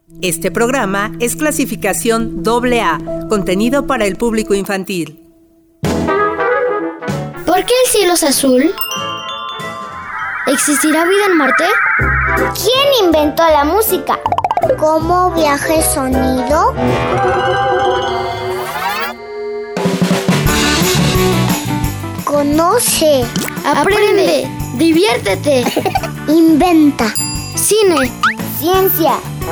Este programa es clasificación AA, contenido para el público infantil. ¿Por qué el cielo es azul? ¿Existirá vida en Marte? ¿Quién inventó la música? ¿Cómo viaja el sonido? Conoce, aprende, diviértete, inventa, cine, ciencia.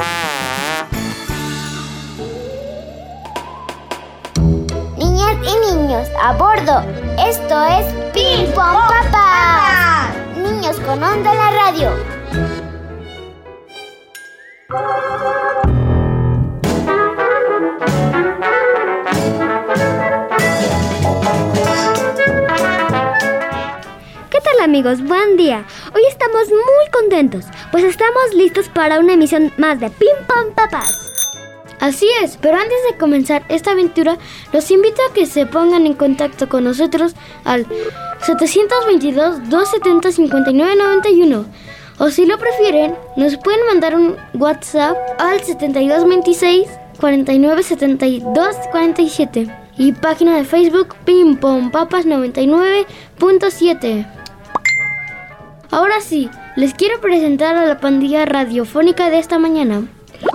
Niñas y niños, a bordo. Esto es Ping Pong Papas. Niños con onda en la radio. ¿Qué tal, amigos? Buen día. Hoy estamos muy contentos, pues estamos listos para una emisión más de Ping Pong Papas. Así es, pero antes de comenzar esta aventura, los invito a que se pongan en contacto con nosotros al 722-270-5991. O si lo prefieren, nos pueden mandar un WhatsApp al 7226-497247 y página de Facebook Ping Pong Papas 99.7. Ahora sí, les quiero presentar a la pandilla radiofónica de esta mañana.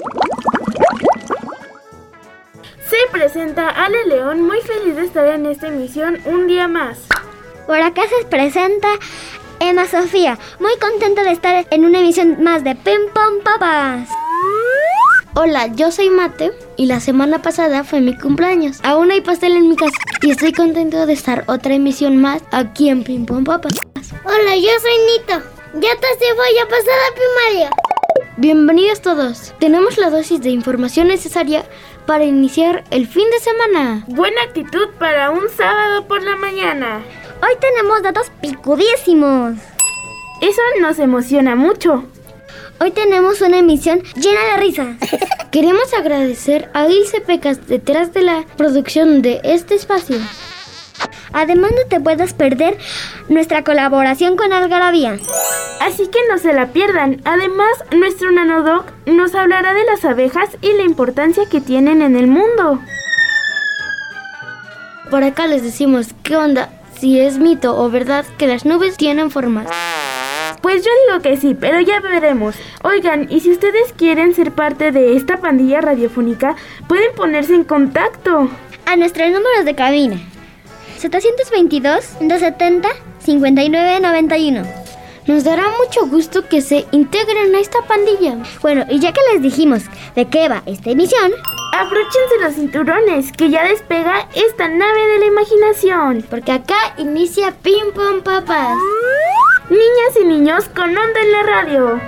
Se presenta Ale León, muy feliz de estar en esta emisión un día más. Por acá se presenta Emma Sofía, muy contenta de estar en una emisión más de Ping Pong Papas. Hola, yo soy Mate y la semana pasada fue mi cumpleaños. Aún hay pastel en mi casa y estoy contento de estar otra emisión más aquí en Ping Pong Papas. Hola, yo soy Nito. Ya te voy a pasar a primaria. Bienvenidos todos. Tenemos la dosis de información necesaria para iniciar el fin de semana. Buena actitud para un sábado por la mañana. Hoy tenemos datos picudísimos. Eso nos emociona mucho. Hoy tenemos una emisión llena de risa. Queremos agradecer a Ilse Pecas detrás de la producción de este espacio. Además, no te puedas perder nuestra colaboración con Algarabía. Así que no se la pierdan. Además, nuestro Nanodoc nos hablará de las abejas y la importancia que tienen en el mundo. Por acá les decimos qué onda, si es mito o verdad que las nubes tienen formas. Pues yo digo que sí, pero ya veremos. Oigan, y si ustedes quieren ser parte de esta pandilla radiofónica, pueden ponerse en contacto a nuestros números de cabina 722-270-5991. Nos dará mucho gusto que se integren a esta pandilla. Bueno, y ya que les dijimos de qué va esta emisión, abróchense los cinturones, que ya despega esta nave de la imaginación. Porque acá inicia Ping Pong Papas. Niñas y niños con onda en la radio.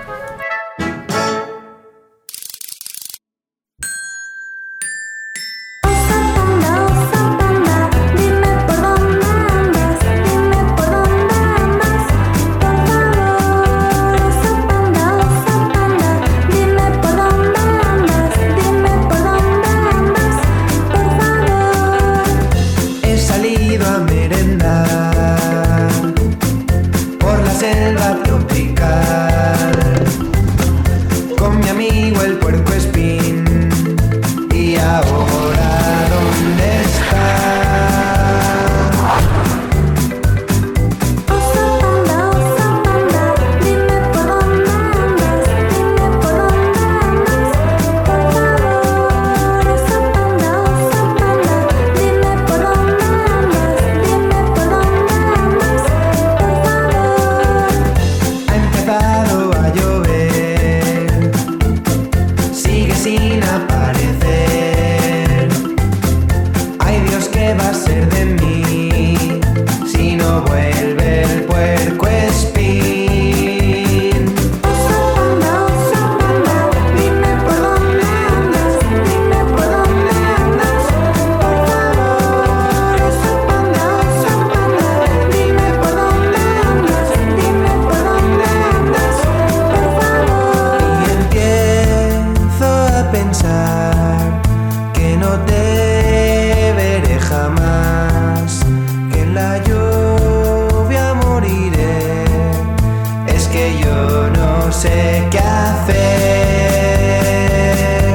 sé qué hacer.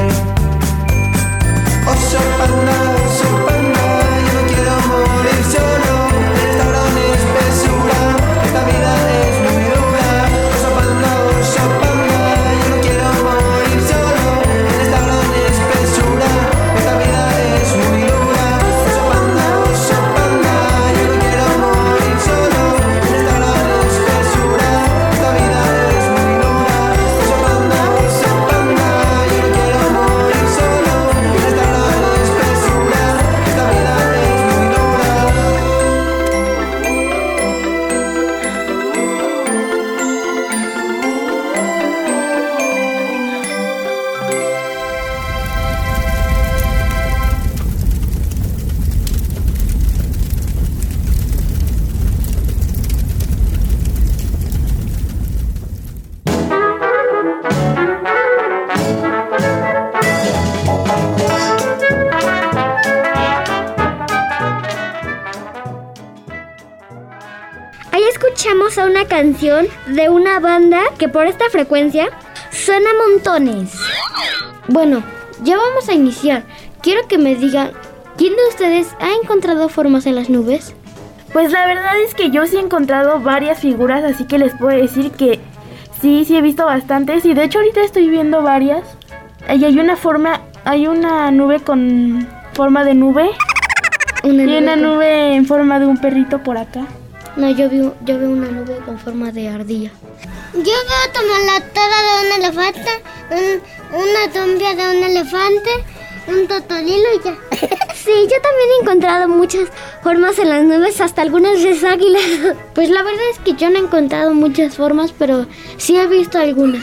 vamos a una canción de una banda que por esta frecuencia suena montones. Bueno, ya vamos a iniciar. Quiero que me digan, ¿quién de ustedes ha encontrado formas en las nubes? Pues la verdad es que yo sí he encontrado varias figuras, así que les puedo decir que sí he visto bastantes. Y de hecho ahorita estoy viendo varias. Ahí hay una nube con forma de nube. Y una nube en forma de un perrito por acá. No, yo veo una nube con forma de ardilla. Yo veo como la tela de un elefante, una zombia de un elefante, un totolilo y ya. Sí, yo también he encontrado muchas formas en las nubes, hasta algunas de águila. Pues la verdad es que yo no he encontrado muchas formas, pero sí he visto algunas.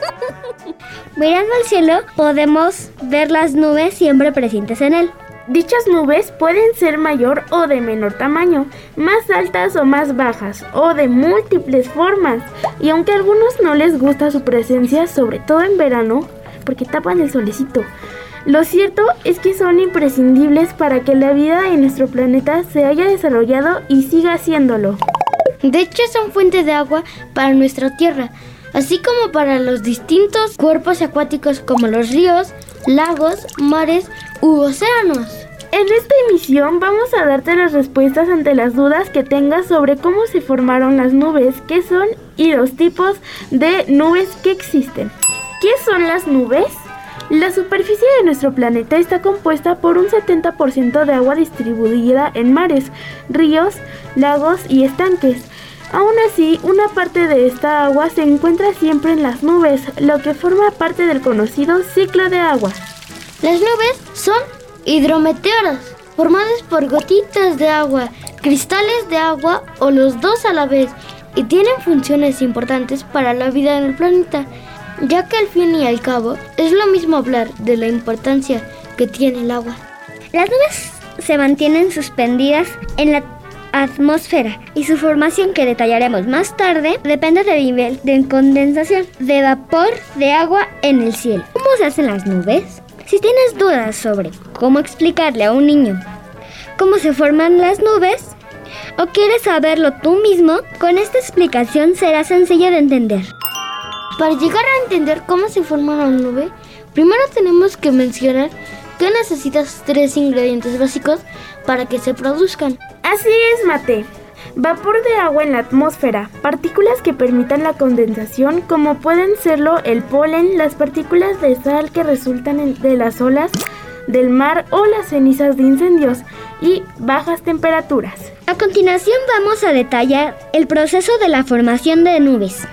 Mirando al cielo, podemos ver las nubes siempre presentes en él. Dichas nubes pueden ser mayor o de menor tamaño, más altas o más bajas, o de múltiples formas. Y aunque a algunos no les gusta su presencia, sobre todo en verano, porque tapan el solecito, lo cierto es que son imprescindibles para que la vida en nuestro planeta se haya desarrollado y siga haciéndolo. De hecho, son fuente de agua para nuestra Tierra, así como para los distintos cuerpos acuáticos como los ríos, lagos, mares u océanos. En esta emisión vamos a darte las respuestas ante las dudas que tengas sobre cómo se formaron las nubes, qué son y los tipos de nubes que existen. ¿Qué son las nubes? La superficie de nuestro planeta está compuesta por un 70% de agua distribuida en mares, ríos, lagos y estanques. Aún así, una parte de esta agua se encuentra siempre en las nubes, lo que forma parte del conocido ciclo de agua. Las nubes son hidrometeoros, formadas por gotitas de agua, cristales de agua o los dos a la vez, y tienen funciones importantes para la vida en el planeta, ya que al fin y al cabo es lo mismo hablar de la importancia que tiene el agua. Las nubes se mantienen suspendidas en la atmósfera y su formación, que detallaremos más tarde, depende del nivel de condensación de vapor de agua en el cielo. ¿Cómo se hacen las nubes? Si tienes dudas sobre cómo explicarle a un niño cómo se forman las nubes, o quieres saberlo tú mismo, con esta explicación será sencillo de entender. Para llegar a entender cómo se forma una nube, primero tenemos que mencionar que necesitas 3 ingredientes básicos para que se produzcan. Así es, Mate. Vapor de agua en la atmósfera, partículas que permitan la condensación, como pueden serlo el polen, las partículas de sal que resultan de las olas del mar o las cenizas de incendios, y bajas temperaturas. A continuación vamos a detallar el proceso de la formación de nubes.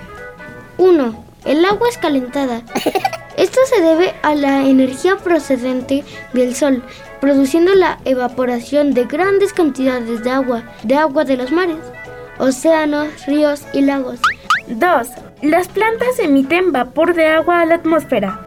1. El agua es calentada. Esto se debe a la energía procedente del sol, produciendo la evaporación de grandes cantidades de agua de los mares, océanos, ríos y lagos. 2. Las plantas emiten vapor de agua a la atmósfera.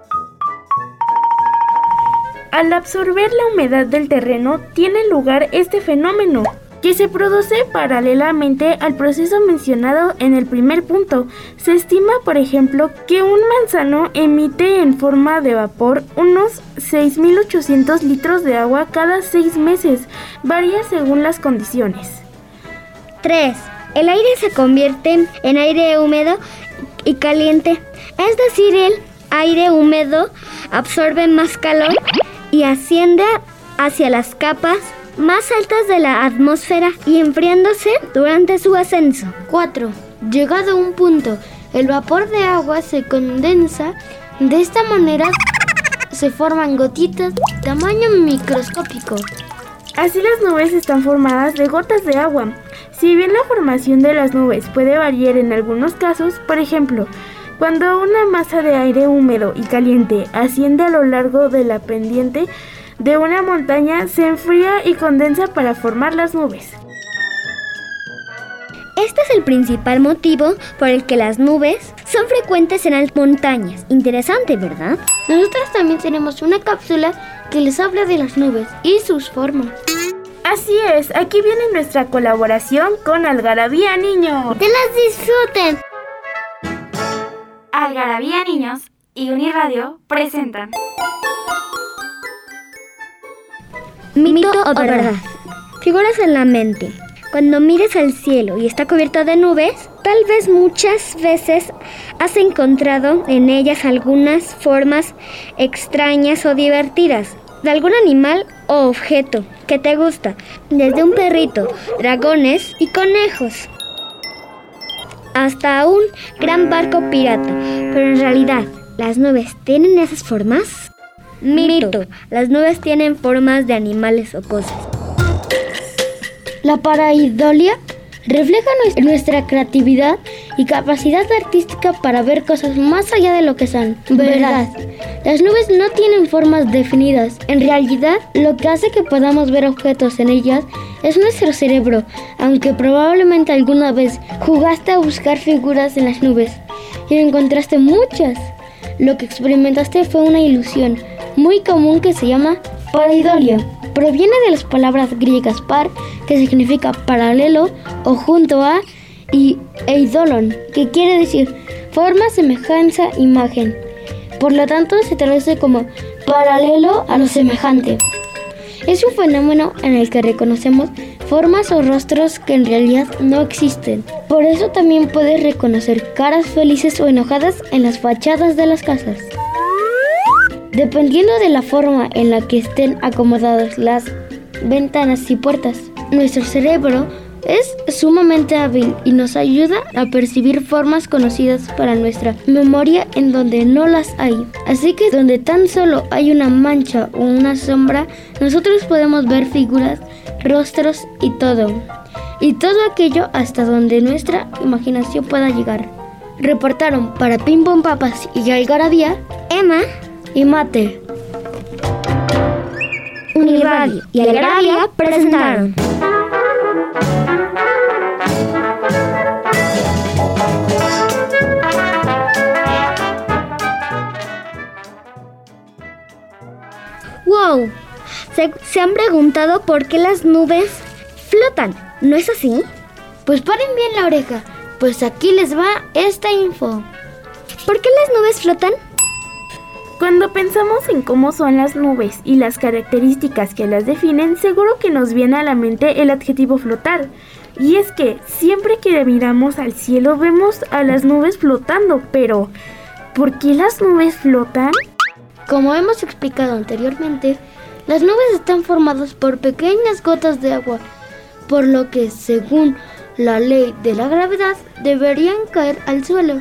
Al absorber la humedad del terreno, tiene lugar este fenómeno, que se produce paralelamente al proceso mencionado en el primer punto. Se estima, por ejemplo, que un manzano emite en forma de vapor unos 6.800 litros de agua cada 6 meses. Varía según las condiciones. 3. El aire se convierte en aire húmedo y caliente. Es decir, el aire húmedo absorbe más calor y asciende hacia las capas más altas de la atmósfera y enfriándose durante su ascenso. 4. Llegado a un punto, el vapor de agua se condensa. De esta manera se forman gotitas de tamaño microscópico. Así las nubes están formadas de gotas de agua. Si bien la formación de las nubes puede variar en algunos casos, por ejemplo, cuando una masa de aire húmedo y caliente asciende a lo largo de la pendiente de una montaña, se enfría y condensa para formar las nubes. Este es el principal motivo por el que las nubes son frecuentes en las montañas. Interesante, ¿verdad? Nosotros también tenemos una cápsula que les habla de las nubes y sus formas. Así es, aquí viene nuestra colaboración con Algarabía Niños. ¡Que las disfruten! Algarabía Niños y Uniradio presentan Mito o verdad. Figuras en la mente. Cuando mires al cielo y está cubierto de nubes, Tal vez muchas veces has encontrado en ellas algunas formas extrañas o divertidas de algún animal o objeto que te gusta, desde un perrito, dragones y conejos, hasta un gran barco pirata. Pero en realidad, ¿las nubes tienen esas formas? Mito, las nubes tienen formas de animales o cosas. La pareidolia refleja nuestra creatividad y capacidad artística para ver cosas más allá de lo que son. Verdad. Las nubes no tienen formas definidas. En realidad, lo que hace que podamos ver objetos en ellas es nuestro cerebro, aunque probablemente alguna vez jugaste a buscar figuras en las nubes y encontraste muchas. Lo que experimentaste fue una ilusión muy común que se llama pareidolia. Proviene de las palabras griegas par, que significa paralelo o junto a, y eidolon, que quiere decir forma, semejanza, imagen. Por lo tanto, se traduce como paralelo a lo semejante. Es un fenómeno en el que reconocemos formas o rostros que en realidad no existen. Por eso también puedes reconocer caras felices o enojadas en las fachadas de las casas. Dependiendo de la forma en la que estén acomodadas las ventanas y puertas, nuestro cerebro es sumamente hábil y nos ayuda a percibir formas conocidas para nuestra memoria en donde no las hay. Así que donde tan solo hay una mancha o una sombra, nosotros podemos ver figuras, rostros y todo. Y todo aquello hasta donde nuestra imaginación pueda llegar. Reportaron para Pim Pom Papas y Algarabía, Emma y Mate. Uniradio y Algarabía presentaron. ¡Wow! ¿Se han preguntado por qué las nubes flotan? ¿No es así? Pues paren bien la oreja, pues aquí les va esta info. ¿Por qué las nubes flotan? Cuando pensamos en cómo son las nubes y las características que las definen, seguro que nos viene a la mente el adjetivo flotar. Y es que siempre que miramos al cielo vemos a las nubes flotando, pero ¿por qué las nubes flotan? Como hemos explicado anteriormente, las nubes están formadas por pequeñas gotas de agua, por lo que, según la ley de la gravedad, deberían caer al suelo.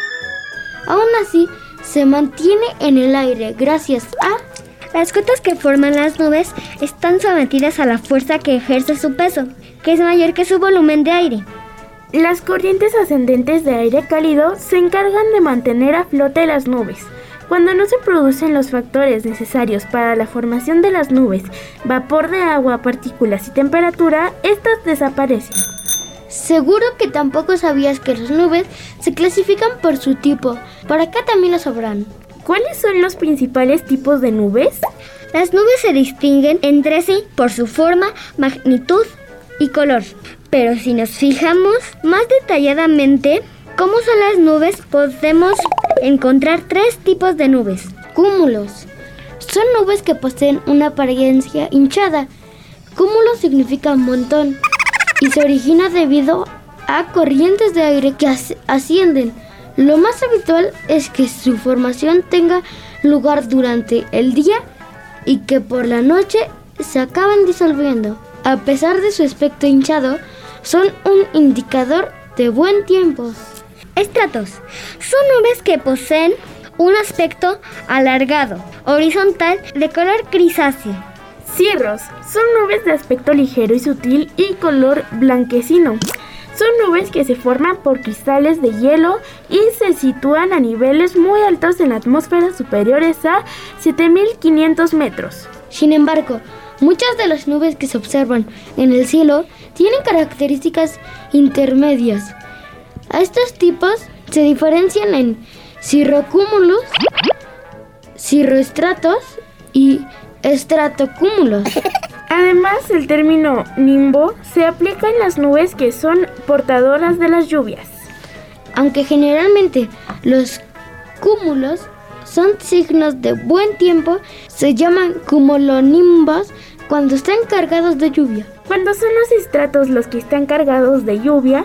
Aún así, se mantiene en el aire gracias a... Las gotas que forman las nubes están sometidas a la fuerza que ejerce su peso, que es mayor que su volumen de aire. Las corrientes ascendentes de aire cálido se encargan de mantener a flote las nubes. Cuando no se producen los factores necesarios para la formación de las nubes, vapor de agua, partículas y temperatura, estas desaparecen. Seguro que tampoco sabías que las nubes se clasifican por su tipo. Por acá también lo sabrán. ¿Cuáles son los principales tipos de nubes? Las nubes se distinguen entre sí por su forma, magnitud y color. Pero si nos fijamos más detalladamente cómo son las nubes, podemos encontrar 3 tipos de nubes. Cúmulos. Son nubes que poseen una apariencia hinchada. Cúmulo significa montón y se origina debido a corrientes de aire que ascienden. Lo más habitual es que su formación tenga lugar durante el día y que por la noche se acaban disolviendo. A pesar de su aspecto hinchado, son un indicador de buen tiempo. Estratos. Son nubes que poseen un aspecto alargado, horizontal, de color grisáceo. Cirros. Son nubes de aspecto ligero y sutil y color blanquecino. Son nubes que se forman por cristales de hielo y se sitúan a niveles muy altos en la atmósfera, superiores a 7.500 metros. Sin embargo, muchas de las nubes que se observan en el cielo tienen características intermedias. A estos tipos se diferencian en cirrocúmulos, cirroestratos y estratocúmulos. Además, el término nimbo se aplica en las nubes que son portadoras de las lluvias. Aunque generalmente los cúmulos son signos de buen tiempo, se llaman cumulonimbos cuando están cargados de lluvia. Cuando son los estratos los que están cargados de lluvia,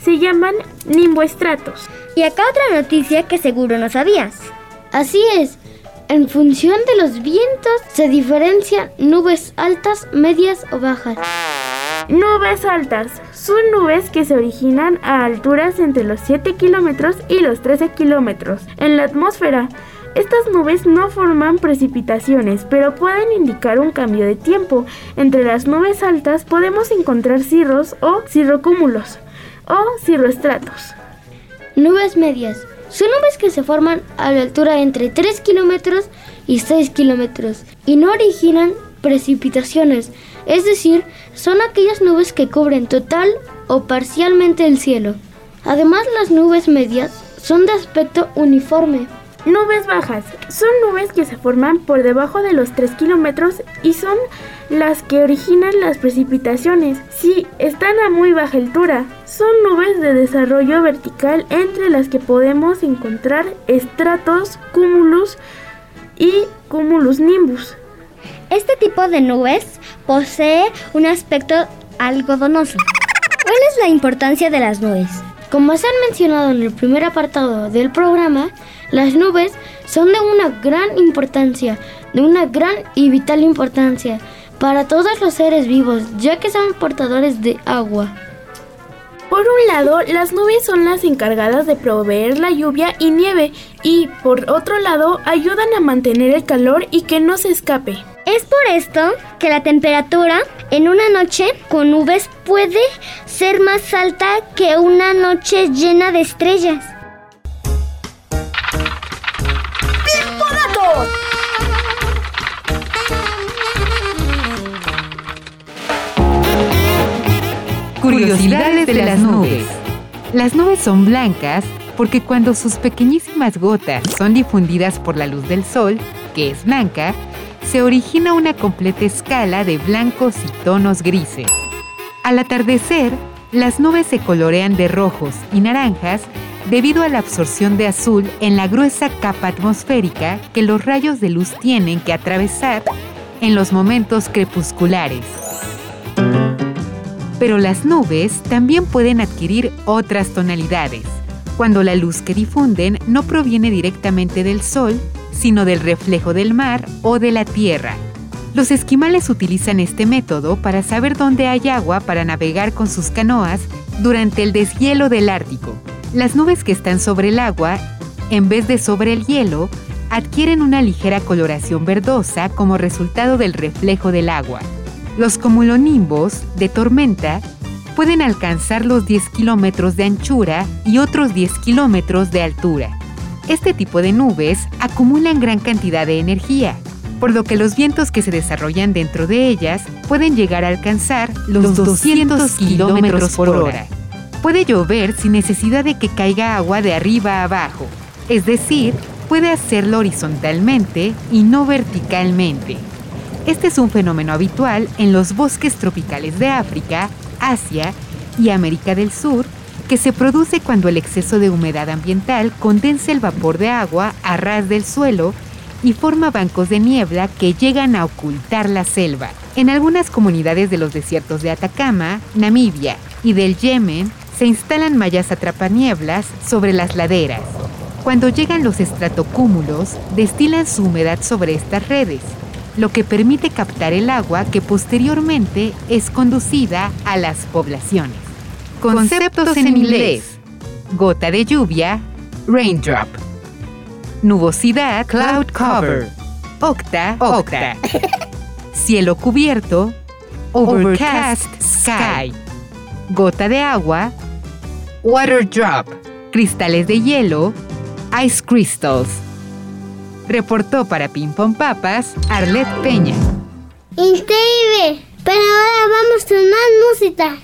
se llaman nimboestratos. Y acá otra noticia que seguro no sabías. Así es. En función de los vientos se diferencian nubes altas, medias o bajas. Nubes altas son nubes que se originan a alturas entre los 7 kilómetros y los 13 kilómetros en la atmósfera. Estas nubes no forman precipitaciones, pero pueden indicar un cambio de tiempo. Entre las nubes altas podemos encontrar cirros o cirrocúmulos o cirroestratos. Nubes medias son nubes que se forman a la altura entre 3 kilómetros y 6 kilómetros y no originan precipitaciones, es decir, son aquellas nubes que cubren total o parcialmente el cielo. Además, las nubes medias son de aspecto uniforme. Nubes bajas son nubes que se forman por debajo de los 3 kilómetros y son las que originan las precipitaciones. Si están a muy baja altura, son nubes de desarrollo vertical entre las que podemos encontrar estratos, cúmulos y cumulonimbus. Este tipo de nubes posee un aspecto algodonoso. ¿Cuál es la importancia de las nubes? Como se han mencionado en el primer apartado del programa, las nubes son de una gran importancia, de una gran y vital importancia para todos los seres vivos, ya que son portadores de agua. Por un lado, las nubes son las encargadas de proveer la lluvia y nieve y, por otro lado, ayudan a mantener el calor y que no se escape. Es por esto que la temperatura en una noche con nubes puede ser más alta que una noche llena de estrellas. ¡Pimpodatos! Curiosidades de las nubes. Las nubes son blancas porque cuando sus pequeñísimas gotas son difundidas por la luz del sol, que es blanca, se origina una completa escala de blancos y tonos grises. Al atardecer, las nubes se colorean de rojos y naranjas debido a la absorción de azul en la gruesa capa atmosférica que los rayos de luz tienen que atravesar en los momentos crepusculares. Pero las nubes también pueden adquirir otras tonalidades, cuando la luz que difunden no proviene directamente del sol, sino del reflejo del mar o de la tierra. Los esquimales utilizan este método para saber dónde hay agua para navegar con sus canoas durante el deshielo del Ártico. Las nubes que están sobre el agua, en vez de sobre el hielo, adquieren una ligera coloración verdosa como resultado del reflejo del agua. Los cumulonimbos de tormenta pueden alcanzar los 10 kilómetros de anchura y otros 10 kilómetros de altura. Este tipo de nubes acumulan gran cantidad de energía, por lo que los vientos que se desarrollan dentro de ellas pueden llegar a alcanzar los 200 kilómetros por hora. Puede llover sin necesidad de que caiga agua de arriba a abajo, es decir, puede hacerlo horizontalmente y no verticalmente. Este es un fenómeno habitual en los bosques tropicales de África, Asia y América del Sur, que se produce cuando el exceso de humedad ambiental condensa el vapor de agua a ras del suelo y forma bancos de niebla que llegan a ocultar la selva. En algunas comunidades de los desiertos de Atacama, Namibia y del Yemen, se instalan mallas atrapanieblas sobre las laderas. Cuando llegan los estratocúmulos, destilan su humedad sobre estas redes, lo que permite captar el agua que posteriormente es conducida a las poblaciones. Conceptos en inglés: gota de lluvia, raindrop; nubosidad, cloud cover; octa, cielo cubierto, overcast sky; gota de agua, water drop; cristales de hielo, ice crystals. Reportó para Ping Pong Papas, Arlet Peña. Increíble, pero ahora vamos con más música.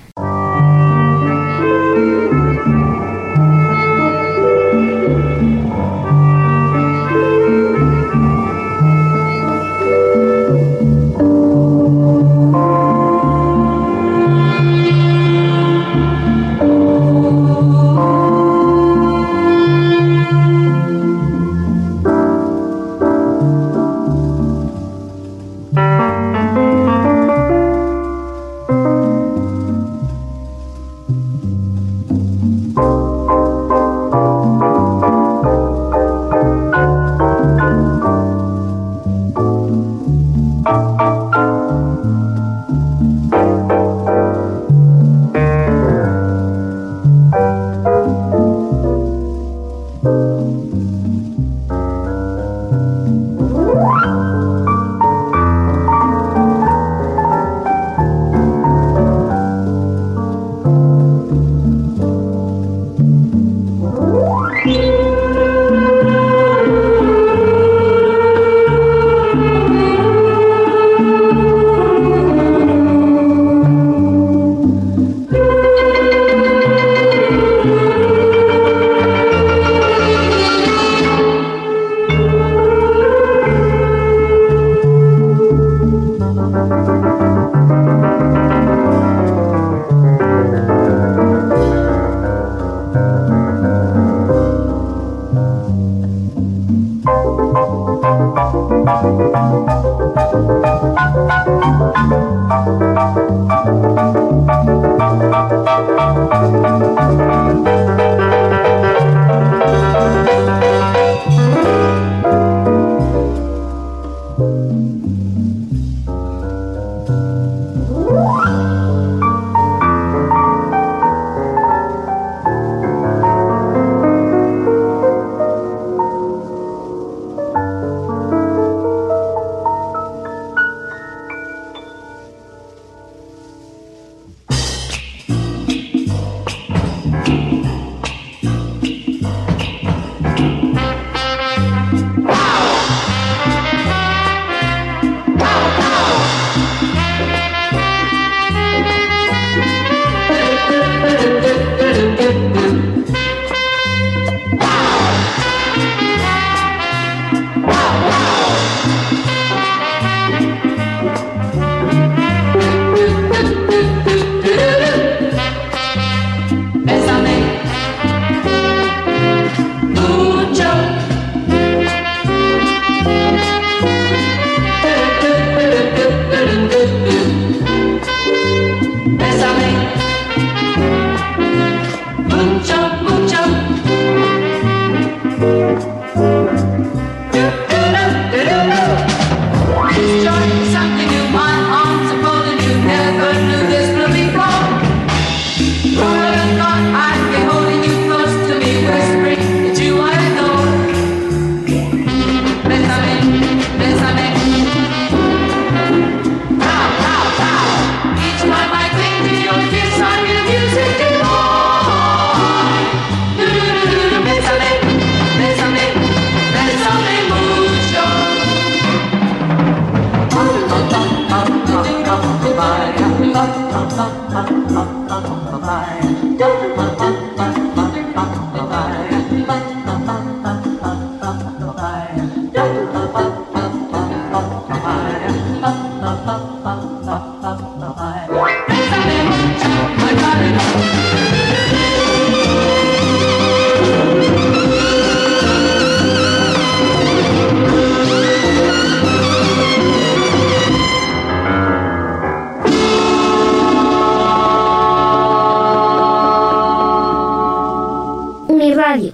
Uniradio.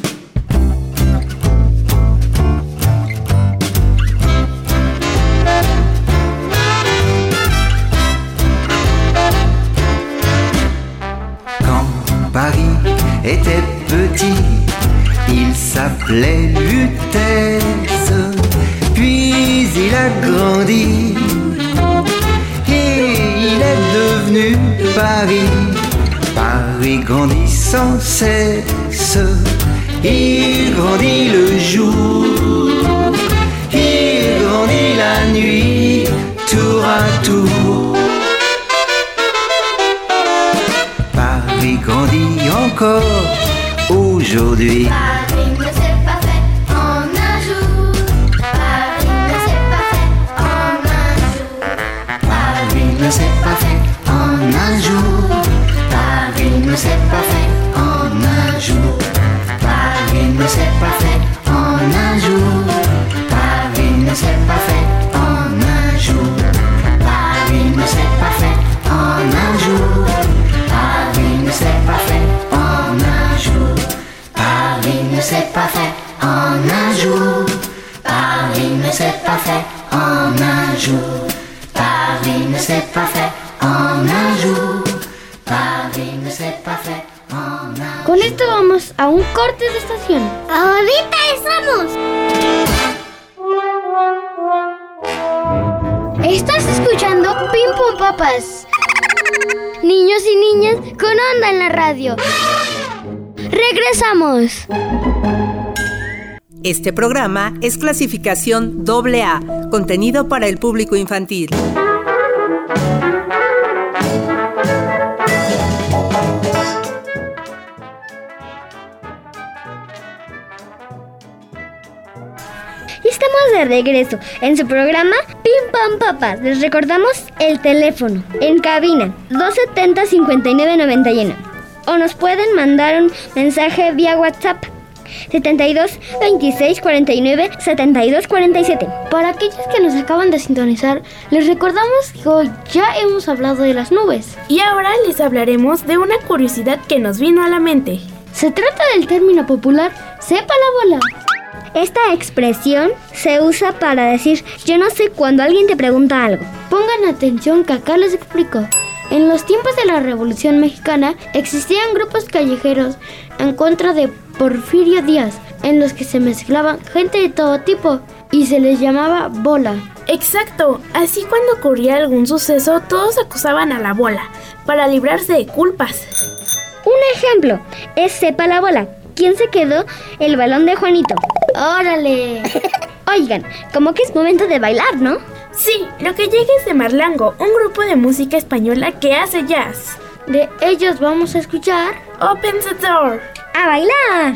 Quand Paris était petit, il s'appelait Lutèce, puis il a grandi et il est devenu Paris. Paris grandit sans cesse, il grandit le jour, il grandit la nuit, tour à tour. Paris grandit encore aujourd'hui. Paris ne s'est pas fait en un jour. Paris ne s'est pas fait en un jour. Paris ne s'est pas fait en un jour. Paris ne s'est pas fait en un jour. Paris ne s'est pas fait en un jour. en un jour. Paris ne s'est pas fait en un jour. Paris ne s'est pas fait en un jour. Con esto vamos a un corte de estación. ¡Ahorita estamos! Estás escuchando Pim Pom Papas. Niños y niñas con onda en la radio. ¡Regresamos! Este programa es clasificación AA, contenido para el público infantil. Estamos de regreso en su programa Pim Pam Papas. Les recordamos el teléfono en cabina 270-5991 o nos pueden mandar un mensaje vía WhatsApp 72 26 49 72 47. Para aquellos que nos acaban de sintonizar, les recordamos que hoy ya hemos hablado de las nubes. Y ahora les hablaremos de una curiosidad que nos vino a la mente. Se trata del término popular sepa la bola. Esta expresión se usa para decir yo no sé cuando alguien te pregunta algo. Pongan atención que acá les explico. En los tiempos de la Revolución Mexicana existían grupos callejeros en contra de Porfirio Díaz, en los que se mezclaban gente de todo tipo y se les llamaba bola. Exacto, así cuando ocurría algún suceso todos acusaban a la bola para librarse de culpas. Un ejemplo es sepa la bola. ¿Quién se quedó el balón de Juanito? ¡Órale! Oigan, como que es momento de bailar, ¿no? Sí, lo que llega es de Marlango, un grupo de música española que hace jazz. De ellos vamos a escuchar Open the Door. ¡A bailar!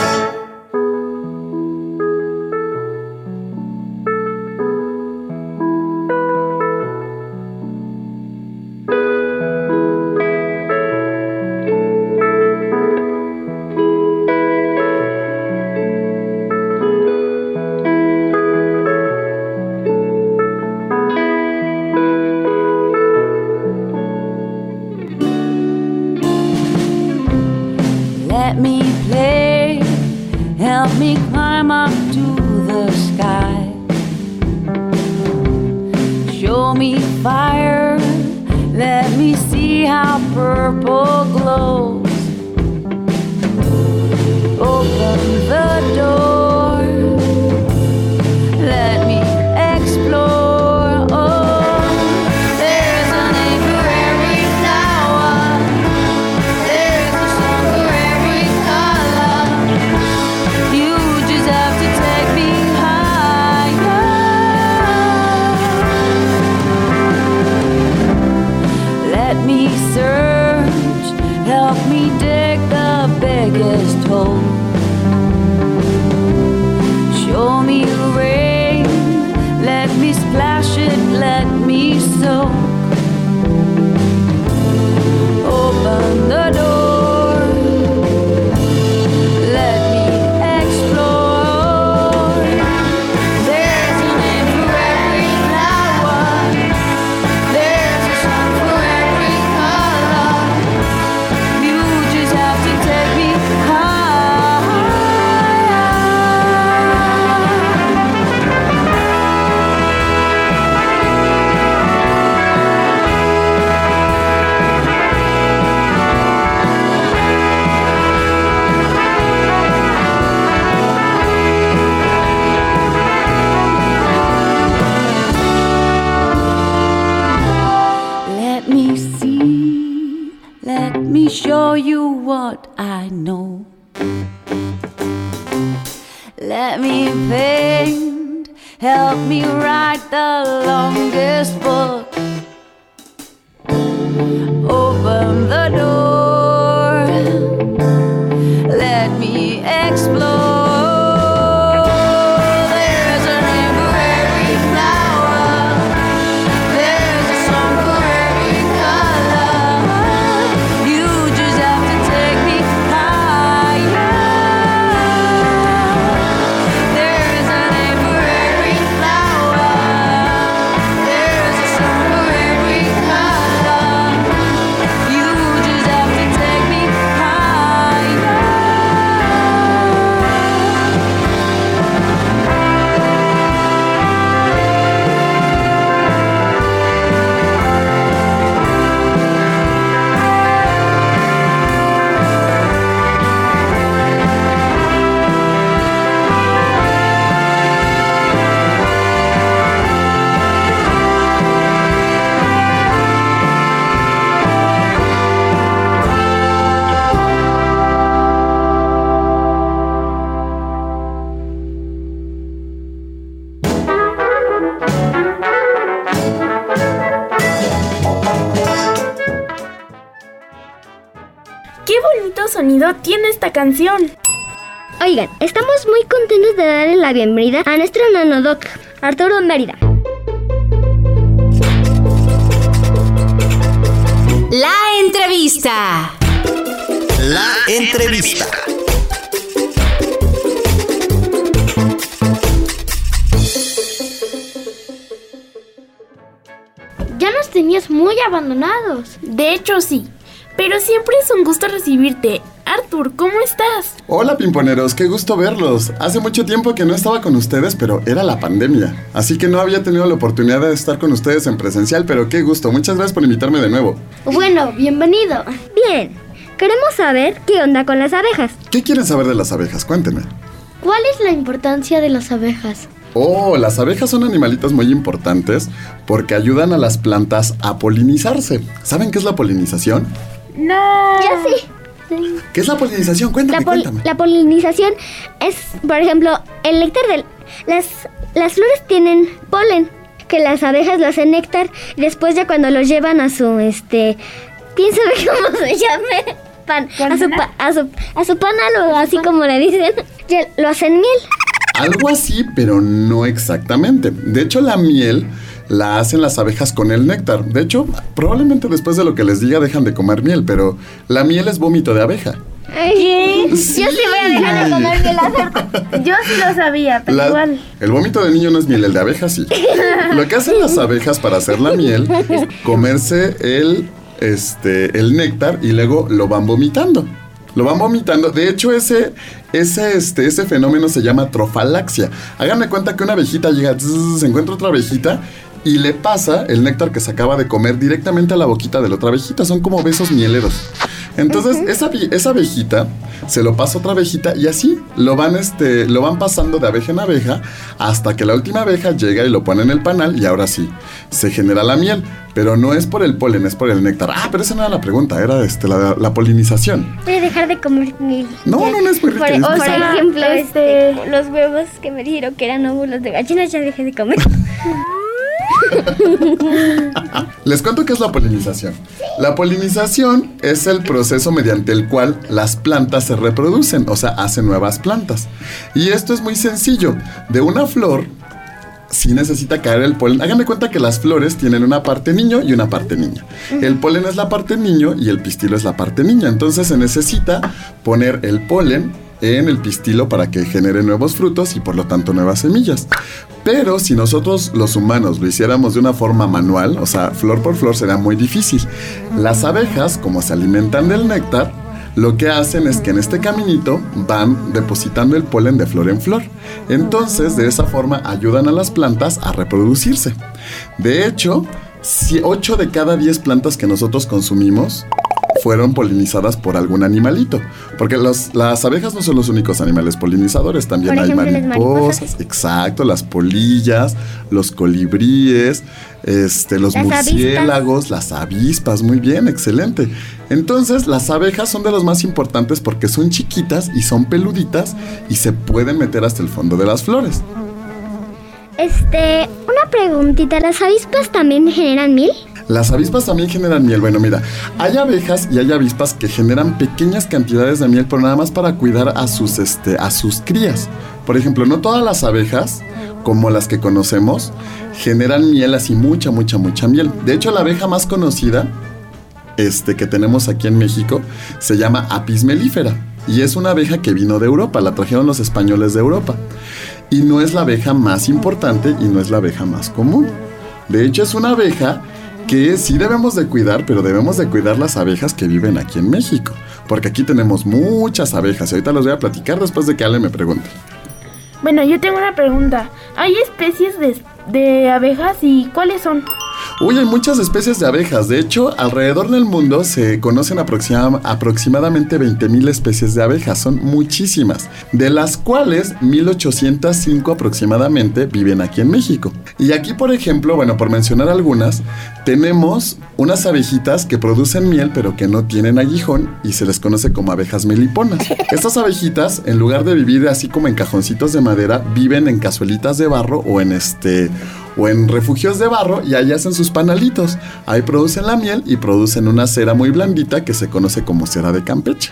Let me play, help me climb up to the sky. Show me fire, let me see how purple glows. Open the door, let me explore. Biggest hole. Show me rain, let me splash it, let me soak. Open the door, let me explore. There's a name for every flower, there's a song for every color. You just have to take me show you what I know. Let me paint, help me write the longest book. Open the door, let me explore. bonito sonido tiene esta canción. Oigan, estamos muy contentos de darle la bienvenida a nuestro nanodoc, Arturo Mérida. La entrevista. La entrevista. Ya nos tenías muy abandonados. De hecho, sí. Pero siempre es un gusto recibirte. Arthur, ¿cómo estás? Hola, pimponeros, qué gusto verlos. Hace mucho tiempo que no estaba con ustedes, pero era la pandemia. Así que no había tenido la oportunidad de estar con ustedes en presencial, pero qué gusto. Muchas gracias por invitarme de nuevo. Bueno, bienvenido. Bien, queremos saber qué onda con las abejas. ¿Qué quieren saber de las abejas? Cuéntenme. ¿Cuál es la importancia de las abejas? Oh, las abejas son animalitos muy importantes porque ayudan a las plantas a polinizarse. ¿Saben qué es la polinización? No. Ya sí. ¿Qué es la polinización? Cuéntame. La polinización es, por ejemplo, el néctar de... Las flores tienen polen, que las abejas lo hacen néctar, y después ya cuando lo llevan a su, ¿quién sabe cómo se llame? A su panal o así como le dicen, ya lo hacen miel. Algo así, pero no exactamente. De hecho, la miel la hacen las abejas con el néctar. De hecho, probablemente después de lo que les diga dejan de comer miel, pero la miel es vómito de abeja. ¿Qué? Sí. Yo sí voy a dejar de comer miel. Yo sí lo sabía, pero igual. El vómito de niño no es miel, el de abeja sí. Lo que hacen las abejas para hacer la miel es comerse el néctar y luego lo van vomitando. De hecho, ese fenómeno se llama trofalaxia. Háganme cuenta que una abejita llega, se encuentra otra abejita y le pasa el néctar que se acaba de comer directamente a la boquita de la otra abejita. Son como besos mieleros. Entonces, esa abejita se lo pasa a otra abejita y así lo van pasando de abeja en abeja hasta que la última abeja llega y lo pone en el panal y ahora sí, se genera la miel. Pero no es por el polen, es por el néctar. Ah, pero esa no era la pregunta, era la polinización. Voy a dejar de comer miel. No es muy rica. Por ejemplo, los huevos que me dijeron que eran óvulos de gallinas, ya dejé de comer. Les cuento qué es la polinización. La polinización es el proceso mediante el cual las plantas se reproducen, o sea, hacen nuevas plantas. Y esto es muy sencillo. De una flor sí necesita caer el polen. Háganme cuenta que las flores tienen una parte niño y una parte niña. El polen es la parte niño y el pistilo es la parte niña. Entonces se necesita poner el polen en el pistilo para que genere nuevos frutos y por lo tanto nuevas semillas. Pero si nosotros los humanos lo hiciéramos de una forma manual, o sea, flor por flor, sería muy difícil. Las abejas, como se alimentan del néctar, lo que hacen es que en este caminito van depositando el polen de flor en flor. Entonces, de esa forma ayudan a las plantas a reproducirse. De hecho, 8 de cada 10 plantas que nosotros consumimos fueron polinizadas por algún animalito. Porque las abejas no son los únicos animales polinizadores, también hay mariposas, exacto, las polillas, los colibríes, los murciélagos, las avispas, muy bien, excelente. Entonces, las abejas son de los más importantes porque son chiquitas y son peluditas y se pueden meter hasta el fondo de las flores. Una preguntita, ¿las avispas también generan miel? Las avispas también generan miel. Bueno, mira, hay abejas y hay avispas que generan pequeñas cantidades de miel, pero nada más para cuidar a sus crías. Por ejemplo, no todas las abejas, como las que conocemos, generan miel así, mucha miel. De hecho, la abeja más conocida que tenemos aquí en México se llama Apis mellifera. Y es una abeja que vino de Europa, la trajeron los españoles de Europa. Y no es la abeja más importante y no es la abeja más común. De hecho, es una abeja que sí debemos de cuidar, pero debemos de cuidar las abejas que viven aquí en México. Porque aquí tenemos muchas abejas y ahorita les voy a platicar después de que Ale me pregunte. Bueno, yo tengo una pregunta. ¿Hay especies de abejas y cuáles son? Uy, hay muchas especies de abejas. De hecho, alrededor del mundo se conocen aproximadamente 20,000 especies de abejas. Son muchísimas, de las cuales 1,805 aproximadamente viven aquí en México. Y aquí, por ejemplo, bueno, por mencionar algunas, tenemos unas abejitas que producen miel pero que no tienen aguijón y se les conoce como abejas meliponas. Estas abejitas, en lugar de vivir así como en cajoncitos de madera, viven en cazuelitas de barro o en refugios de barro y ahí hacen sus panalitos. Ahí producen la miel y producen una cera muy blandita que se conoce como cera de Campeche.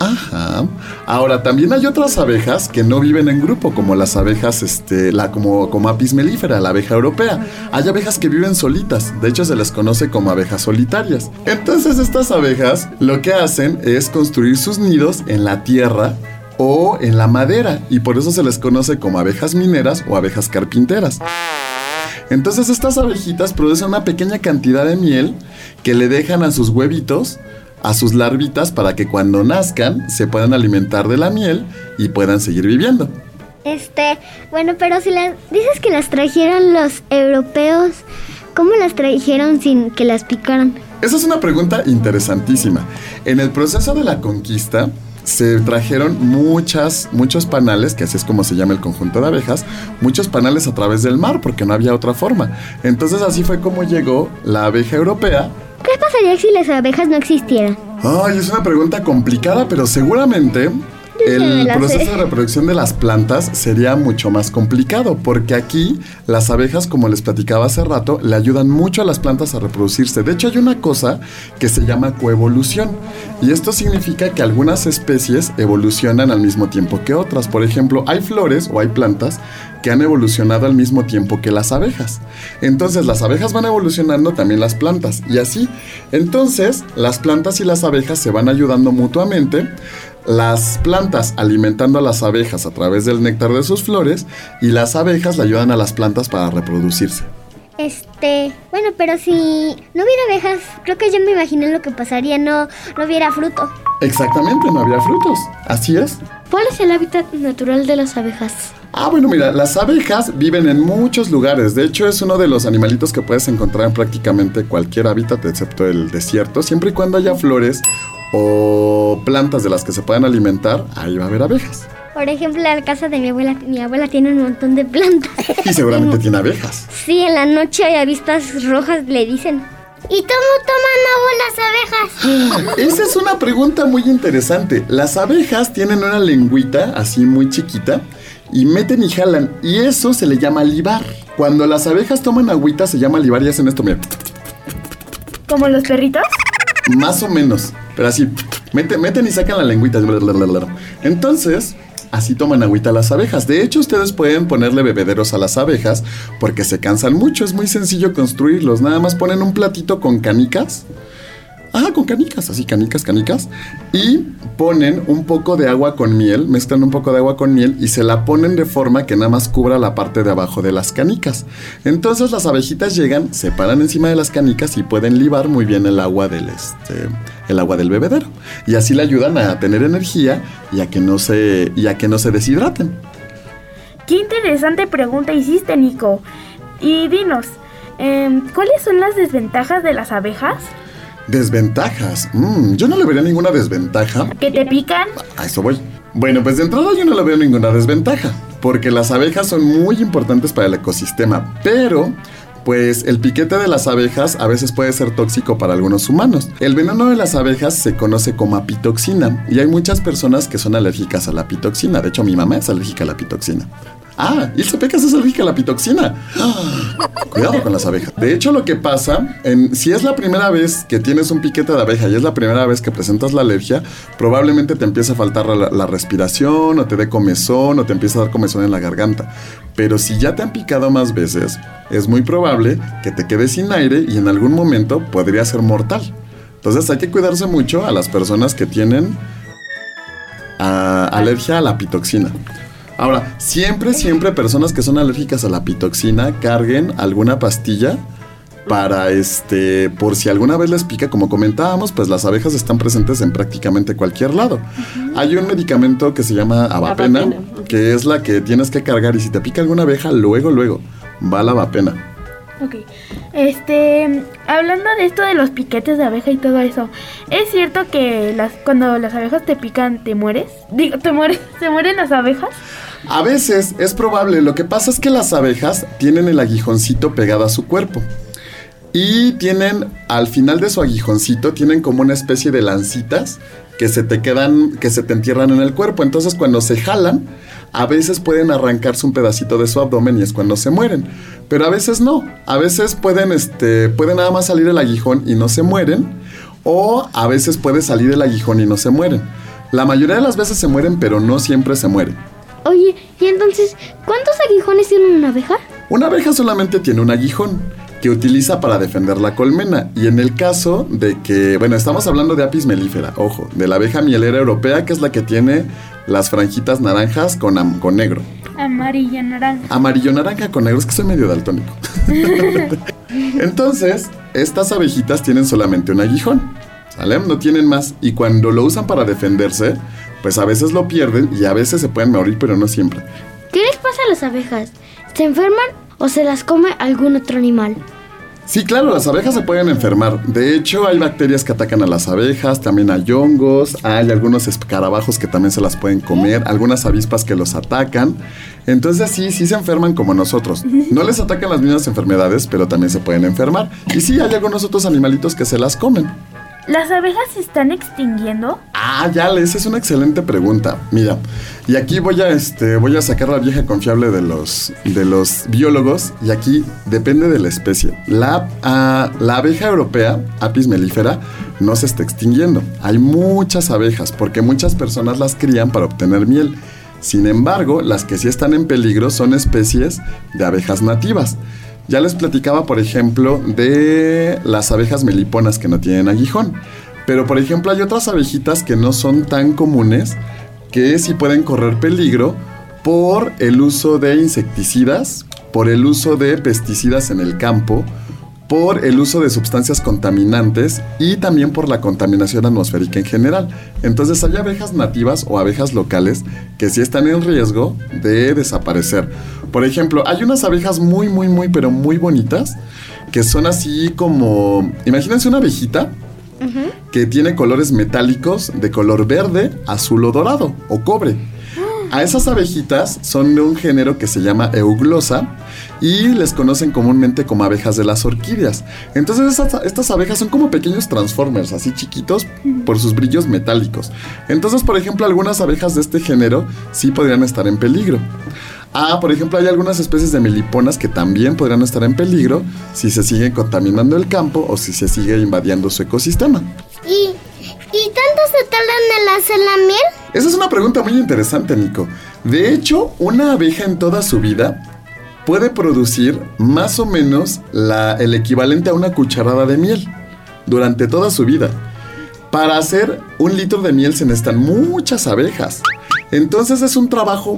Ajá. Ahora, también hay otras abejas que no viven en grupo, como las abejas, como Apis mellifera, la abeja europea. Hay abejas que viven solitas, de hecho se les conoce como abejas solitarias. Entonces estas abejas lo que hacen es construir sus nidos en la tierra o en la madera, y por eso se les conoce como abejas mineras o abejas carpinteras. Entonces estas abejitas producen una pequeña cantidad de miel que le dejan a sus huevitos, a sus larvitas, para que cuando nazcan se puedan alimentar de la miel y puedan seguir viviendo. Bueno, pero si dices que las trajeron los europeos, ¿cómo las trajeron sin que las picaran? Esa es una pregunta interesantísima. En el proceso de la conquista se trajeron muchos panales, que así es como se llama el conjunto de abejas, muchos panales a través del mar, porque no había otra forma. Entonces así fue como llegó la abeja europea. ¿Qué pasaría si las abejas no existieran? Ay, es una pregunta complicada, pero seguramente el proceso de reproducción de las plantas sería mucho más complicado, porque aquí las abejas, como les platicaba hace rato, le ayudan mucho a las plantas a reproducirse. De hecho, hay una cosa que se llama coevolución, y esto significa que algunas especies evolucionan al mismo tiempo que otras. Por ejemplo, hay flores o hay plantas que han evolucionado al mismo tiempo que las abejas. Entonces las abejas van evolucionando, también las plantas, y así. Entonces las plantas y las abejas se van ayudando mutuamente, las plantas alimentando a las abejas a través del néctar de sus flores, y las abejas le ayudan a las plantas para reproducirse. Bueno, pero si no hubiera abejas, creo que yo me imaginé lo que pasaría, no hubiera fruto. Exactamente, no habría frutos, así es. ¿Cuál es el hábitat natural de las abejas? Bueno, mira, las abejas viven en muchos lugares. De hecho, es uno de los animalitos que puedes encontrar en prácticamente cualquier hábitat, excepto el desierto. Siempre y cuando haya flores o plantas de las que se puedan alimentar, ahí va a haber abejas. Por ejemplo, en la casa de mi abuela tiene un montón de plantas. Y seguramente tiene abejas. Sí, en la noche hay avispas rojas, le dicen. ¿Y cómo toman agua las abejas? Esa es una pregunta muy interesante. Las abejas tienen una lengüita así muy chiquita y meten y jalan, y eso se le llama libar. Cuando las abejas toman agüita se llama libar y hacen esto, mira. ¿Como los perritos? Más o menos, pero así, meten y sacan la lengüita. Entonces, así toman agüita las abejas. De hecho, ustedes pueden ponerle bebederos a las abejas porque se cansan mucho. Es muy sencillo construirlos. Nada más ponen un platito con canicas. Con canicas, así canicas. Y ponen un poco de agua con miel, mezclan un poco de agua con miel y se la ponen de forma que nada más cubra la parte de abajo de las canicas. Entonces las abejitas llegan, se paran encima de las canicas y pueden libar muy bien el agua del bebedero. Y así le ayudan a tener energía y a que no se deshidraten. Qué interesante pregunta hiciste, Nico. Y dinos, ¿cuáles son las desventajas de las abejas? ¿Desventajas? Yo no le vería ninguna desventaja. ¿Que te pican? A eso voy. Bueno, pues de entrada yo no le veo ninguna desventaja, porque las abejas son muy importantes para el ecosistema, pero pues el piquete de las abejas a veces puede ser tóxico para algunos humanos. El veneno de las abejas se conoce como apitoxina, y hay muchas personas que son alérgicas a la apitoxina. De hecho, mi mamá es alérgica a la apitoxina. Ilse Pecas es alérgica a la apitoxina. Cuidado con las abejas. De hecho, lo que pasa, si es la primera vez que tienes un piquete de abeja y es la primera vez que presentas la alergia, probablemente te empiece a faltar la respiración, o te dé comezón, o te empiece a dar comezón en la garganta. Pero si ya te han picado más veces, es muy probable que te quedes sin aire y en algún momento podría ser mortal. Entonces hay que cuidarse mucho a las personas que tienen alergia a la apitoxina. Ahora, siempre personas que son alérgicas a la apitoxina carguen alguna pastilla para por si alguna vez les pica. Como comentábamos, pues las abejas están presentes en prácticamente cualquier lado. Hay un medicamento que se llama Avapena, que es la que tienes que cargar, y si te pica alguna abeja, luego va la Avapena. Ok. Hablando de esto de los piquetes de abeja y todo eso, ¿es cierto que cuando las abejas te pican, te mueres? ¿Se mueren las abejas? A veces es probable. Lo que pasa es que las abejas tienen el aguijoncito pegado a su cuerpo. Y tienen, al final de su aguijoncito, tienen como una especie de lancitas que se te entierran en el cuerpo. Entonces, cuando se jalan, a veces pueden arrancarse un pedacito de su abdomen y es cuando se mueren. Pero a veces no. A veces pueden nada más salir el aguijón y no se mueren. O a veces puede salir el aguijón y no se mueren. La mayoría de las veces se mueren, pero no siempre se mueren. Oye, ¿y entonces cuántos aguijones tiene una abeja? Una abeja solamente tiene un aguijón que utiliza para defender la colmena. Y en el caso de que, bueno, estamos hablando de Apis mellifera, ojo, de la abeja mielera europea, que es la que tiene las franjitas naranjas con negro. Amarillo naranja. Amarillo naranja con negro, es que soy medio daltónico. Entonces, estas abejitas tienen solamente un aguijón, ¿sale? No tienen más. Y cuando lo usan para defenderse, pues a veces lo pierden y a veces se pueden morir, pero no siempre. ¿Qué les pasa a las abejas? ¿Se enferman o se las come algún otro animal? Sí, claro, las abejas se pueden enfermar. De hecho, hay bacterias que atacan a las abejas, también hay hongos, hay algunos escarabajos que también se las pueden comer, algunas avispas que los atacan. Entonces sí se enferman como nosotros. No les atacan las mismas enfermedades, pero también se pueden enfermar. Y sí, hay algunos otros animalitos que se las comen. ¿Las abejas se están extinguiendo? Ya, esa es una excelente pregunta. Mira, y aquí voy a sacar la vieja confiable de los biólogos, y aquí depende de la especie. La abeja europea, Apis mellifera, no se está extinguiendo. Hay muchas abejas, porque muchas personas las crían para obtener miel. Sin embargo, las que sí están en peligro son especies de abejas nativas. Ya les platicaba, por ejemplo, de las abejas meliponas que no tienen aguijón. Pero, por ejemplo, hay otras abejitas que no son tan comunes, que sí pueden correr peligro por el uso de insecticidas, por el uso de pesticidas en el campo, por el uso de sustancias contaminantes y también por la contaminación atmosférica en general. Entonces hay abejas nativas o abejas locales que sí están en riesgo de desaparecer. Por ejemplo, hay unas abejas muy bonitas que son así como... Imagínense una abejita que tiene colores metálicos de color verde, azul o dorado o cobre. A esas abejitas son de un género que se llama Euglosa y les conocen comúnmente como abejas de las orquídeas. Entonces estas abejas son como pequeños transformers, así chiquitos por sus brillos metálicos. Entonces, por ejemplo, algunas abejas de este género sí podrían estar en peligro. Por ejemplo, hay algunas especies de meliponas que también podrían estar en peligro si se sigue contaminando el campo o si se sigue invadiendo su ecosistema. ¿Y tanto se tardan en hacer la miel? Esa es una pregunta muy interesante, Nico. De hecho, una abeja en toda su vida puede producir más o menos el equivalente a una cucharada de miel durante toda su vida. Para hacer 1 litro de miel se necesitan muchas abejas. Entonces es un trabajo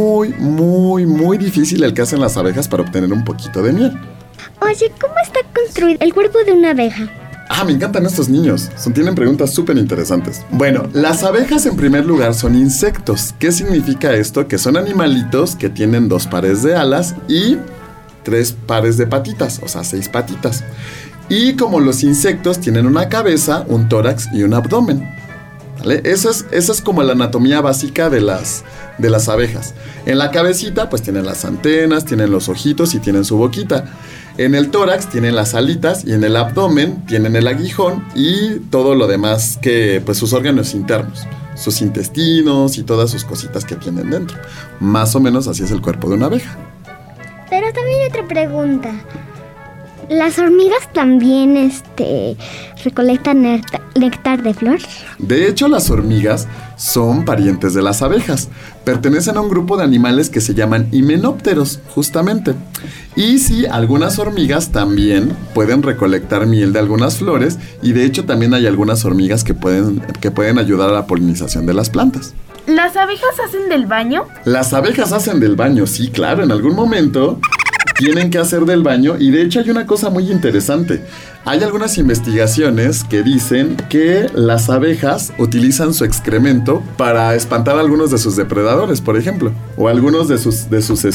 muy difícil el que hacen las abejas para obtener un poquito de miel. Oye, ¿cómo está construido el cuerpo de una abeja? Me encantan estos niños. Tienen preguntas súper interesantes. Bueno, las abejas en primer lugar son insectos. ¿Qué significa esto? Que son animalitos que tienen 2 pares de alas y 3 pares de patitas, o sea, 6 patitas. Y como los insectos tienen una cabeza, un tórax y un abdomen, ¿vale? Esa es como la anatomía básica de las abejas. En la cabecita pues tienen las antenas, tienen los ojitos y tienen su boquita. En el tórax tienen las alitas y en el abdomen tienen el aguijón y todo lo demás que pues sus órganos internos, sus intestinos y todas sus cositas que tienen dentro. Más o menos así es el cuerpo de una abeja. Pero también hay otra pregunta. ¿Las hormigas también recolectan néctar de flor? De hecho, las hormigas son parientes de las abejas. Pertenecen a un grupo de animales que se llaman himenópteros, justamente. Y sí, algunas hormigas también pueden recolectar miel de algunas flores y de hecho también hay algunas hormigas que pueden ayudar a la polinización de las plantas. ¿Las abejas hacen del baño? Las abejas hacen del baño, sí, claro, en algún momento tienen que hacer del baño y de hecho hay una cosa muy interesante. Hay algunas investigaciones que dicen que las abejas utilizan su excremento para espantar a algunos de sus depredadores, por ejemplo, o algunos de sus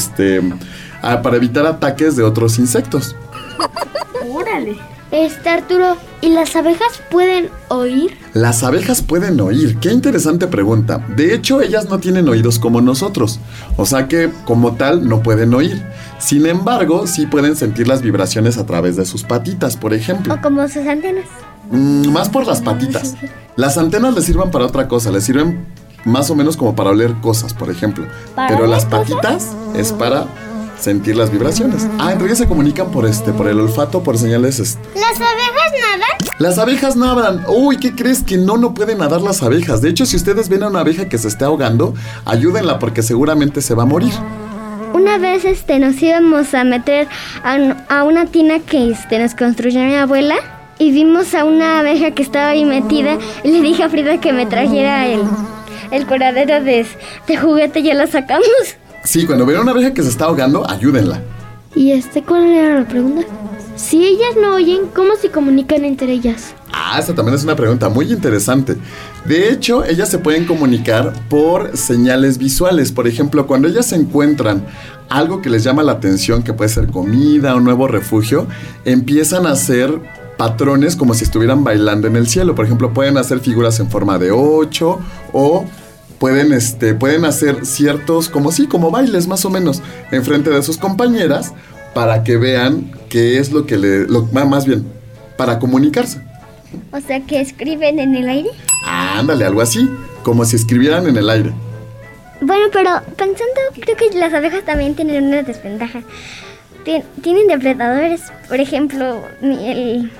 para evitar ataques de otros insectos. ¡Órale! Arturo, ¿y las abejas pueden oír? Las abejas pueden oír. Qué interesante pregunta. De hecho, ellas no tienen oídos como nosotros. O sea que, como tal, no pueden oír. Sin embargo, sí pueden sentir las vibraciones a través de sus patitas, por ejemplo. ¿O como sus antenas? Más por las patitas. Las antenas les sirven para otra cosa. Les sirven más o menos como para oler cosas, por ejemplo. Pero las patitas es para sentir las vibraciones. Entre ellas se comunican por el olfato, por señales. ¿Las abejas nadan? Las abejas nadan. Uy, ¿qué crees? Que no pueden nadar las abejas. De hecho, si ustedes ven a una abeja que se esté ahogando, ayúdenla porque seguramente se va a morir. Una vez nos íbamos a meter a una tina que nos construyó mi abuela y vimos a una abeja que estaba ahí metida y le dije a Frida que me trajera el coladero de juguete y ya la sacamos. Sí, cuando ven a una abeja que se está ahogando, ayúdenla. ¿Y cuál era la pregunta? Si ellas no oyen, ¿cómo se comunican entre ellas? Esa también es una pregunta muy interesante. De hecho, ellas se pueden comunicar por señales visuales. Por ejemplo, cuando ellas encuentran algo que les llama la atención, que puede ser comida o nuevo refugio, empiezan a hacer patrones como si estuvieran bailando en el cielo. Por ejemplo, pueden hacer figuras en forma de 8 o pueden hacer ciertos, como bailes más o menos, enfrente de sus compañeras para que vean qué es lo que más bien, para comunicarse. O sea, que escriben en el aire. Ándale, algo así, como si escribieran en el aire. Bueno, pero pensando, creo que las abejas también tienen una desventaja. Tienen depredadores, por ejemplo, el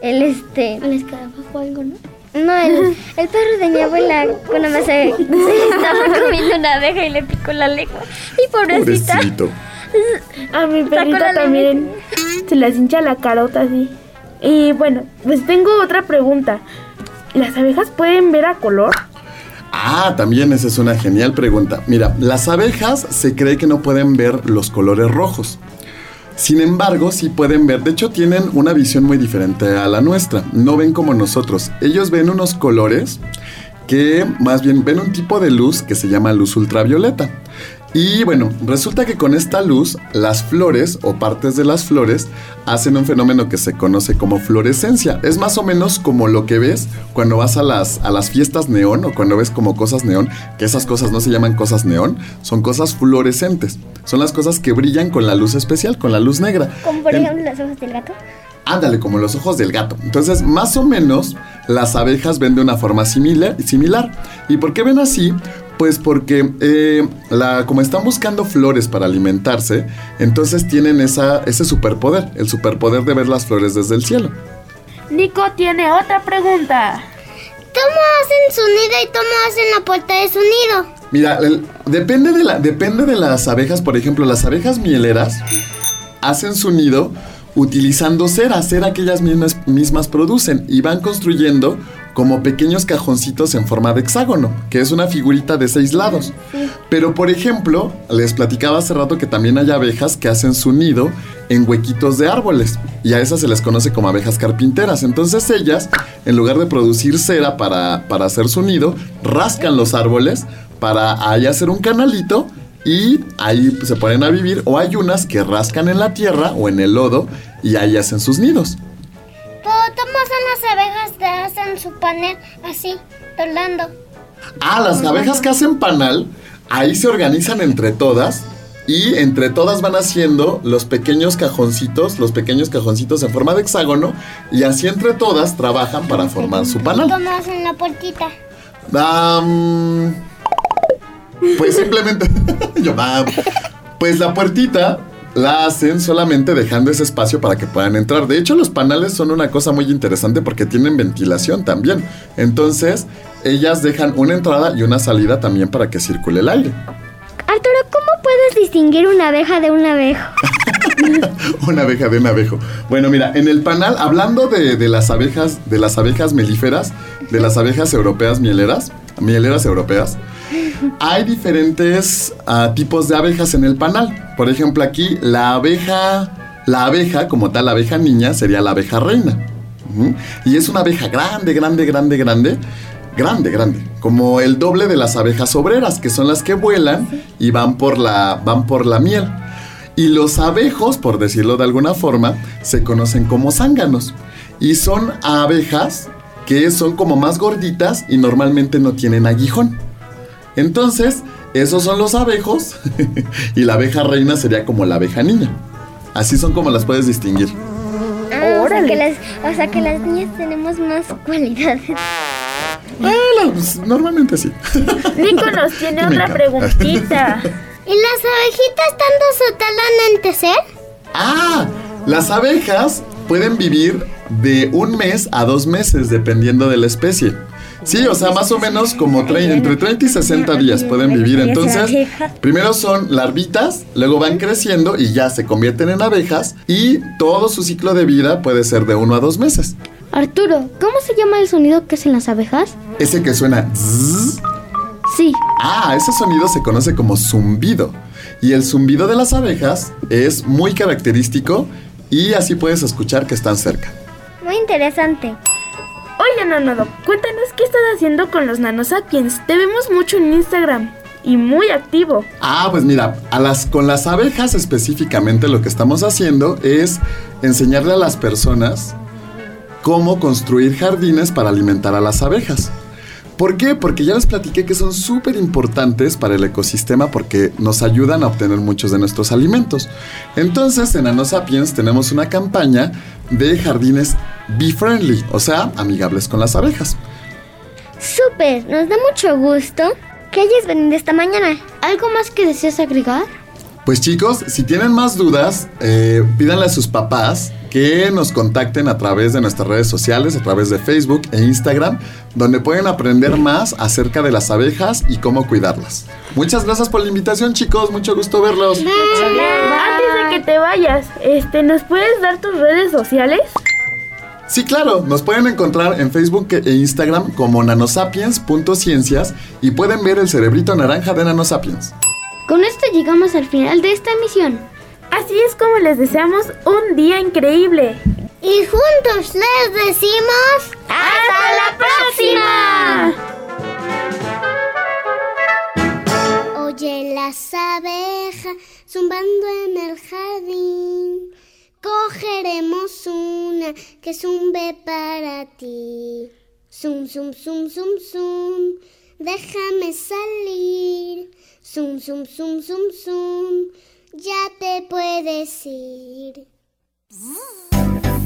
escarabajo o algo, ¿no? No, el perro de mi abuela una vez se estaba comiendo una abeja y le picó la lengua. Y pobrecita. Pobrecito. A mi perrita también se las hincha la carota así. Y bueno, pues tengo otra pregunta. ¿Las abejas pueden ver a color? También esa es una genial pregunta. Mira, las abejas se cree que no pueden ver los colores rojos. Sin embargo, sí pueden ver, de hecho tienen una visión muy diferente a la nuestra. No ven como nosotros. Ellos ven unos colores que más bien ven un tipo de luz que se llama luz ultravioleta. Y bueno, resulta que con esta luz, las flores o partes de las flores hacen un fenómeno que se conoce como fluorescencia. Es más o menos como lo que ves cuando vas a las fiestas neón o cuando ves como cosas neón, que esas cosas no se llaman cosas neón, son cosas fluorescentes. Son las cosas que brillan con la luz especial, con la luz negra. Como por ejemplo los ojos del gato. Ándale, como los ojos del gato. Entonces, más o menos, las abejas ven de una forma similar. ¿Y por qué ven así? Pues porque como están buscando flores para alimentarse, entonces tienen ese superpoder, el superpoder de ver las flores desde el cielo. Nico tiene otra pregunta. ¿Cómo hacen su nido y cómo hacen la puerta de su nido? Mira, depende de las abejas. Por ejemplo, las abejas mieleras hacen su nido utilizando cera que ellas mismas producen y van construyendo como pequeños cajoncitos en forma de hexágono, que es una figurita de 6 lados. Pero, por ejemplo, les platicaba hace rato que también hay abejas que hacen su nido en huequitos de árboles, y a esas se les conoce como abejas carpinteras. Entonces ellas, en lugar de producir cera para hacer su nido, rascan los árboles para ahí hacer un canalito y ahí se ponen a vivir. O hay unas que rascan en la tierra o en el lodo y ahí hacen sus nidos. ¿Cómo son las abejas que hacen su panel así, volando? Las abejas que hacen panal, ahí se organizan entre todas y entre todas van haciendo los pequeños cajoncitos en forma de hexágono, y así entre todas trabajan para formar su panal. ¿Cómo hacen la puertita? Pues simplemente pues la puertita la hacen solamente dejando ese espacio para que puedan entrar. De hecho, los panales son una cosa muy interesante porque tienen ventilación también. Entonces, ellas dejan una entrada y una salida también para que circule el aire. Arturo, ¿cómo puedes distinguir una abeja de un abejo? Una abeja de un abejo. Bueno, mira, en el panal, hablando de las abejas melíferas, de las abejas europeas mieleras europeas, hay diferentes tipos de abejas en el panal. Por ejemplo, aquí la abeja como tal, la abeja niña, sería la abeja reina. Y es una abeja grande, como el doble de las abejas obreras, que son las que vuelan y van por la miel. Y los abejos, por decirlo de alguna forma, se conocen como zánganos. Y son abejas que son como más gorditas y normalmente no tienen aguijón. Entonces, esos son los abejos y la abeja reina sería como la abeja niña. Así son como las puedes distinguir. O sea que las niñas tenemos más cualidades. Normalmente sí. Nico nos tiene otra preguntita. ¿Y las abejitas tanto se tardan en tecer? Ah, las abejas pueden vivir de 1 mes a 2 meses, dependiendo de la especie. Sí, o sea, más o menos como entre 30 y 60 días pueden vivir. Entonces, primero son larvitas, luego van creciendo y ya se convierten en abejas. Y todo su ciclo de vida puede ser de 1 a 2 meses. Arturo, ¿cómo se llama el sonido que hacen las abejas? Ese que suena zzz. Sí. Ah, ese sonido se conoce como zumbido. Y el zumbido de las abejas es muy característico y así puedes escuchar que están cerca. Muy interesante. Oye, Nanodoc, cuéntanos qué estás haciendo con los nanosapiens. Te vemos mucho en Instagram y muy activo. Ah, pues mira, con las abejas específicamente lo que estamos haciendo es enseñarle a las personas cómo construir jardines para alimentar a las abejas. ¿Por qué? Porque ya les platiqué que son súper importantes para el ecosistema porque nos ayudan a obtener muchos de nuestros alimentos. Entonces, en Nanosapiens tenemos una campaña de jardines bee friendly, o sea, amigables con las abejas. ¡Súper! Nos da mucho gusto que hayas venido esta mañana. ¿Algo más que deseas agregar? Pues chicos, si tienen más dudas, pídanle a sus papás que nos contacten a través de nuestras redes sociales, a través de Facebook e Instagram, donde pueden aprender más acerca de las abejas y cómo cuidarlas. Muchas gracias por la invitación, chicos. Mucho gusto verlos. Antes de que te vayas, ¿nos puedes dar tus redes sociales? Sí, claro. Nos pueden encontrar en Facebook e Instagram como nanosapiens.ciencias y pueden ver el cerebrito naranja de Nanosapiens. Con esto llegamos al final de esta emisión. Así es como les deseamos un día increíble. Y juntos les decimos... ¡Hasta la próxima! Oye las abejas zumbando en el jardín. Cogeremos una que zumbe para ti. Zum, zum, zum, zum, zum. Déjame salir. Zum, zum, zum, zum, zum. Ya te puedes ir.